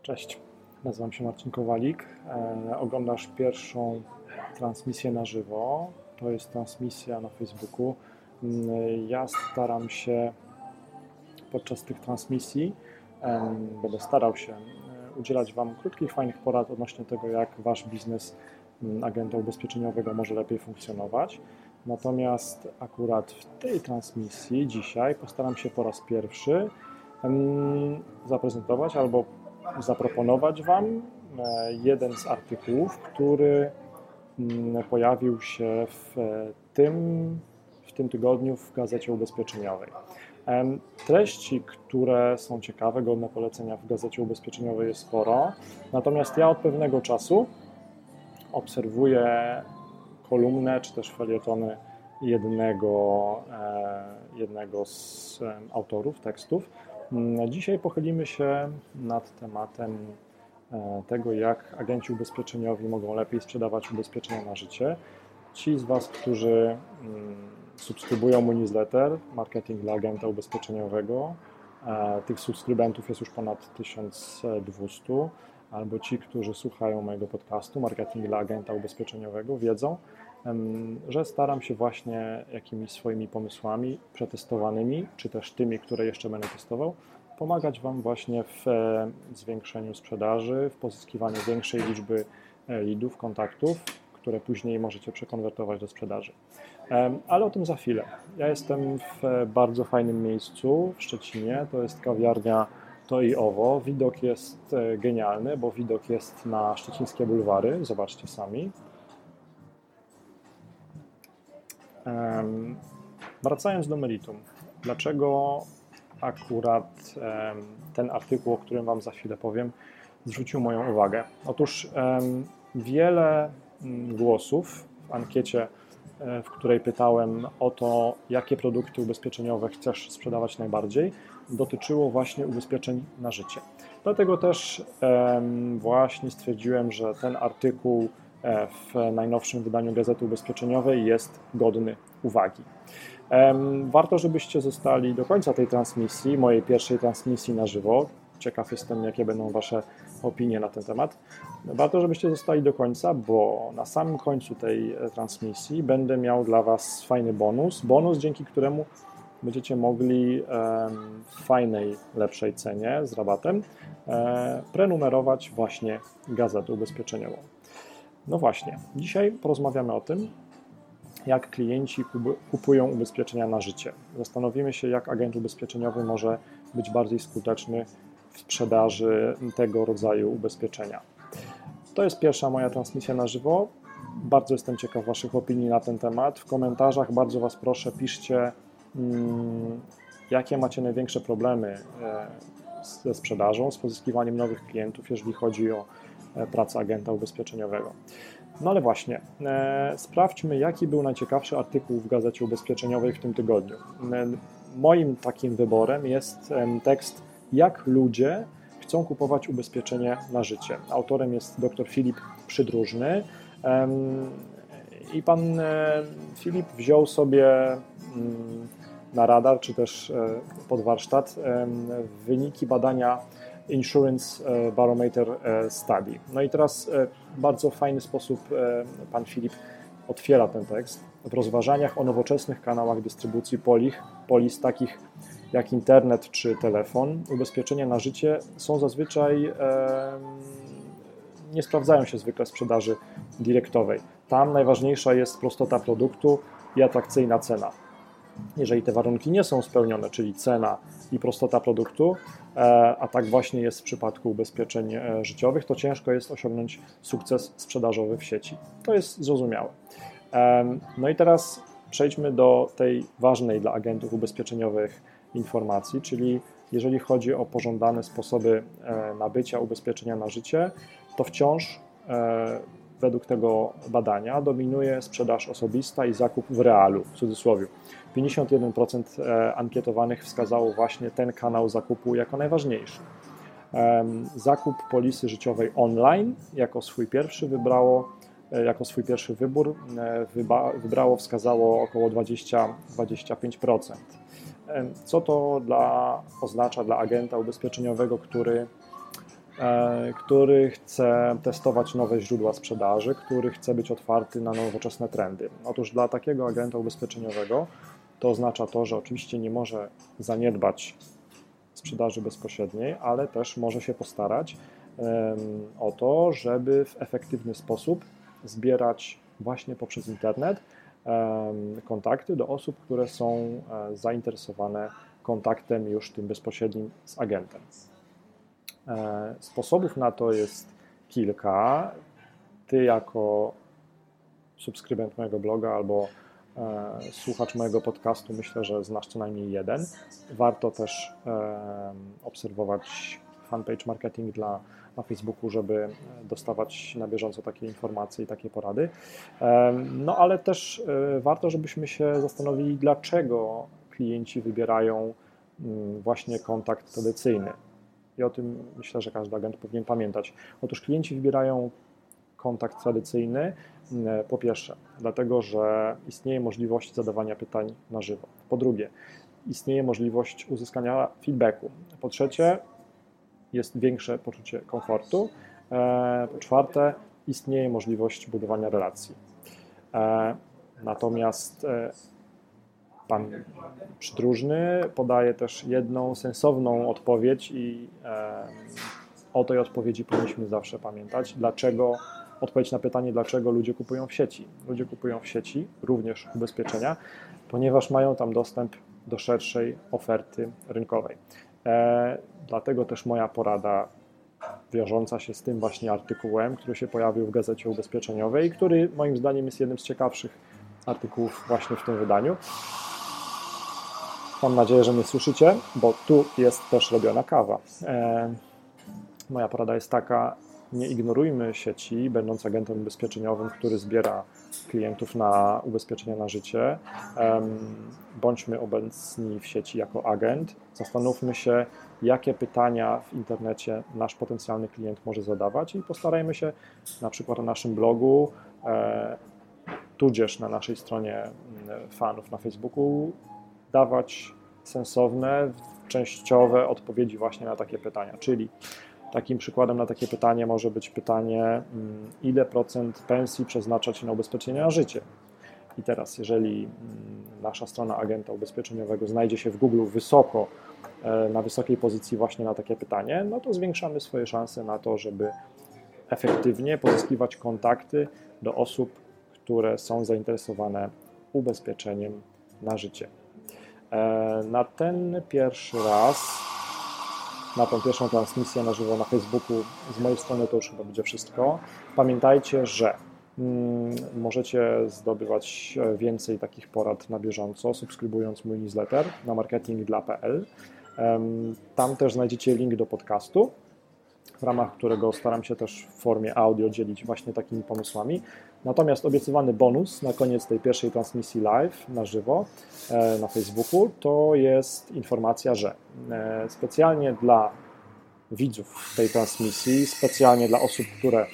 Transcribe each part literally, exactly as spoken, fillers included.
Cześć, nazywam się Marcin Kowalik. E, oglądasz pierwszą transmisję na żywo. To jest transmisja na Facebooku. Mm, Ja staram się podczas tych transmisji, e, będę starał się e, udzielać Wam krótkich, fajnych porad odnośnie tego, jak Wasz biznes m, agenta ubezpieczeniowego może lepiej funkcjonować. Natomiast akurat w tej transmisji dzisiaj postaram się po raz pierwszy em, zaprezentować albo zaproponować Wam e, jeden z artykułów, który mm, pojawił się w e, tym, w tym tygodniu w Gazecie Ubezpieczeniowej. Em, Treści, które są ciekawe, godne polecenia w Gazecie Ubezpieczeniowej jest sporo, natomiast ja od pewnego czasu obserwuję kolumnę czy też felietony jednego, e, jednego z e, autorów tekstów. Dzisiaj pochylimy się nad tematem tego, jak agenci ubezpieczeniowi mogą lepiej sprzedawać ubezpieczenia na życie. Ci z Was, którzy subskrybują mój newsletter Marketing dla agenta ubezpieczeniowego, tych subskrybentów jest już ponad tysiąc dwieście, albo ci, którzy słuchają mojego podcastu Marketing dla agenta ubezpieczeniowego, wiedzą, że staram się właśnie jakimiś swoimi pomysłami przetestowanymi, czy też tymi, które jeszcze będę testował, pomagać Wam właśnie w zwiększeniu sprzedaży, w pozyskiwaniu większej liczby leadów, kontaktów, które później możecie przekonwertować do sprzedaży. Ale o tym za chwilę. Ja jestem w bardzo fajnym miejscu w Szczecinie, to jest kawiarnia To i Owo. Widok jest genialny, bo widok jest na szczecińskie bulwary, zobaczcie sami. Wracając do meritum, dlaczego akurat ten artykuł, o którym Wam za chwilę powiem, zwrócił moją uwagę? Otóż wiele głosów w ankiecie, w której pytałem o to, jakie produkty ubezpieczeniowe chcesz sprzedawać najbardziej, dotyczyło właśnie ubezpieczeń na życie. Dlatego też właśnie stwierdziłem, że ten artykuł w najnowszym wydaniu Gazety Ubezpieczeniowej jest godny uwagi. Warto, żebyście zostali do końca tej transmisji, mojej pierwszej transmisji na żywo. Ciekaw jestem, jakie będą Wasze opinie na ten temat. Warto, żebyście zostali do końca, bo na samym końcu tej transmisji będę miał dla Was fajny bonus. Bonus, dzięki któremu będziecie mogli w fajnej, lepszej cenie z rabatem prenumerować właśnie Gazetę Ubezpieczeniową. No właśnie, dzisiaj porozmawiamy o tym, jak klienci kupują ubezpieczenia na życie. Zastanowimy się, jak agent ubezpieczeniowy może być bardziej skuteczny w sprzedaży tego rodzaju ubezpieczenia. To jest pierwsza moja transmisja na żywo. Bardzo jestem ciekaw Waszych opinii na ten temat. W komentarzach bardzo Was proszę, piszcie, jakie macie największe problemy ze sprzedażą, z pozyskiwaniem nowych klientów, jeżeli chodzi o pracę agenta ubezpieczeniowego. No ale właśnie, e, sprawdźmy, jaki był najciekawszy artykuł w Gazecie Ubezpieczeniowej w tym tygodniu. E, moim takim wyborem jest e, tekst Jak ludzie chcą kupować ubezpieczenie na życie. Autorem jest dr Filip Przydróżny e, i pan e, Filip wziął sobie m, na radar, czy też e, pod warsztat e, wyniki badania Insurance Barometer Study. No i teraz w bardzo fajny sposób pan Filip otwiera ten tekst. W rozważaniach o nowoczesnych kanałach dystrybucji polis, polis takich jak internet czy telefon, ubezpieczenia na życie są zazwyczaj, e, nie sprawdzają się zwykle w sprzedaży direktowej. Tam najważniejsza jest prostota produktu i atrakcyjna cena. Jeżeli te warunki nie są spełnione, czyli cena i prostota produktu, a tak właśnie jest w przypadku ubezpieczeń życiowych, to ciężko jest osiągnąć sukces sprzedażowy w sieci. To jest zrozumiałe. No i teraz przejdźmy do tej ważnej dla agentów ubezpieczeniowych informacji, czyli jeżeli chodzi o pożądane sposoby nabycia ubezpieczenia na życie, to wciąż według tego badania dominuje sprzedaż osobista i zakup w realu, w cudzysłowie. pięćdziesiąt jeden procent ankietowanych wskazało właśnie ten kanał zakupu jako najważniejszy. Zakup polisy życiowej online jako swój pierwszy wybrało, jako swój pierwszy wybór wybrało, wskazało około dwadzieścia do dwudziestu pięciu procent. Co to dla, oznacza dla agenta ubezpieczeniowego, który który chce testować nowe źródła sprzedaży, który chce być otwarty na nowoczesne trendy. Otóż dla takiego agenta ubezpieczeniowego to oznacza to, że oczywiście nie może zaniedbać sprzedaży bezpośredniej, ale też może się postarać o to, żeby w efektywny sposób zbierać właśnie poprzez internet kontakty do osób, które są zainteresowane kontaktem już tym bezpośrednim z agentem. Sposobów na to jest kilka. Ty jako subskrybent mojego bloga albo słuchacz mojego podcastu myślę, że znasz co najmniej jeden. Warto też obserwować fanpage marketing dla, na Facebooku, żeby dostawać na bieżąco takie informacje i takie porady. No ale też warto, żebyśmy się zastanowili, dlaczego klienci wybierają właśnie kontakt tradycyjny. I o tym myślę, że każdy agent powinien pamiętać. Otóż klienci wybierają kontakt tradycyjny po pierwsze, dlatego że istnieje możliwość zadawania pytań na żywo. Po drugie, istnieje możliwość uzyskania feedbacku. Po trzecie, jest większe poczucie komfortu. Po czwarte, istnieje możliwość budowania relacji. Natomiast pan przydróżny podaje też jedną sensowną odpowiedź i o tej odpowiedzi powinniśmy zawsze pamiętać. Dlaczego, odpowiedź na pytanie, dlaczego ludzie kupują w sieci. Ludzie kupują w sieci również ubezpieczenia, ponieważ mają tam dostęp do szerszej oferty rynkowej. E, dlatego też moja porada wiążąca się z tym właśnie artykułem, który się pojawił w Gazecie Ubezpieczeniowej, który moim zdaniem jest jednym z ciekawszych artykułów właśnie w tym wydaniu. Mam nadzieję, że mnie słyszycie, bo tu jest też robiona kawa. E, moja porada jest taka, nie ignorujmy sieci, będąc agentem ubezpieczeniowym, który zbiera klientów na ubezpieczenia na życie. Bądźmy obecni w sieci jako agent. Zastanówmy się, jakie pytania w internecie nasz potencjalny klient może zadawać i postarajmy się na przykład na naszym blogu, tudzież na naszej stronie fanów na Facebooku dawać sensowne, częściowe odpowiedzi właśnie na takie pytania, czyli takim przykładem na takie pytanie może być pytanie, ile procent pensji przeznaczać na ubezpieczenie na życie. I teraz, jeżeli nasza strona agenta ubezpieczeniowego znajdzie się w Google wysoko, na wysokiej pozycji właśnie na takie pytanie, no to zwiększamy swoje szanse na to, żeby efektywnie pozyskiwać kontakty do osób, które są zainteresowane ubezpieczeniem na życie. Na ten pierwszy raz, na tą pierwszą transmisję na żywo na Facebooku z mojej strony to już chyba będzie wszystko. Pamiętajcie, że mm, możecie zdobywać więcej takich porad na bieżąco, subskrybując mój newsletter na marketing dla kropka p l. Tam też znajdziecie link do podcastu, w ramach którego staram się też w formie audio dzielić właśnie takimi pomysłami. Natomiast obiecywany bonus na koniec tej pierwszej transmisji live na żywo na Facebooku to jest informacja, że specjalnie dla widzów tej transmisji, specjalnie dla osób, które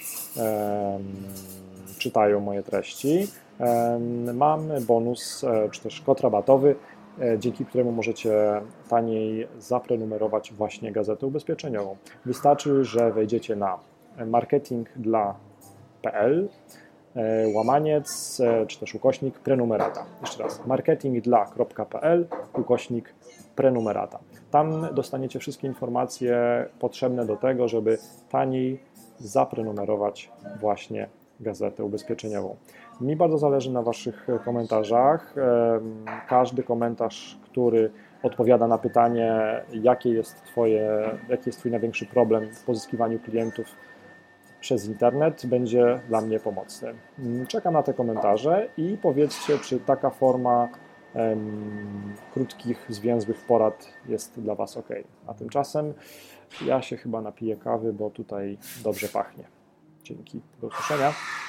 czytają moje treści, mamy bonus czy też kod rabatowy, dzięki któremu możecie taniej zaprenumerować właśnie gazetę ubezpieczeniową. Wystarczy, że wejdziecie na marketing dla kropka p l, łamaniec, czy też ukośnik prenumerata. Jeszcze raz, marketing dla kropka p l, ukośnik prenumerata. Tam dostaniecie wszystkie informacje potrzebne do tego, żeby taniej zaprenumerować właśnie gazetę ubezpieczeniową. Mi bardzo zależy na Waszych komentarzach. Każdy komentarz, który odpowiada na pytanie, jakie jest Twoje, jaki jest Twój największy problem w pozyskiwaniu klientów przez internet, będzie dla mnie pomocny. Czekam na te komentarze i powiedzcie, czy taka forma em, krótkich, zwięzłych porad jest dla Was ok. A tymczasem ja się chyba napiję kawy, bo tutaj dobrze pachnie. Dzięki, do usłyszenia.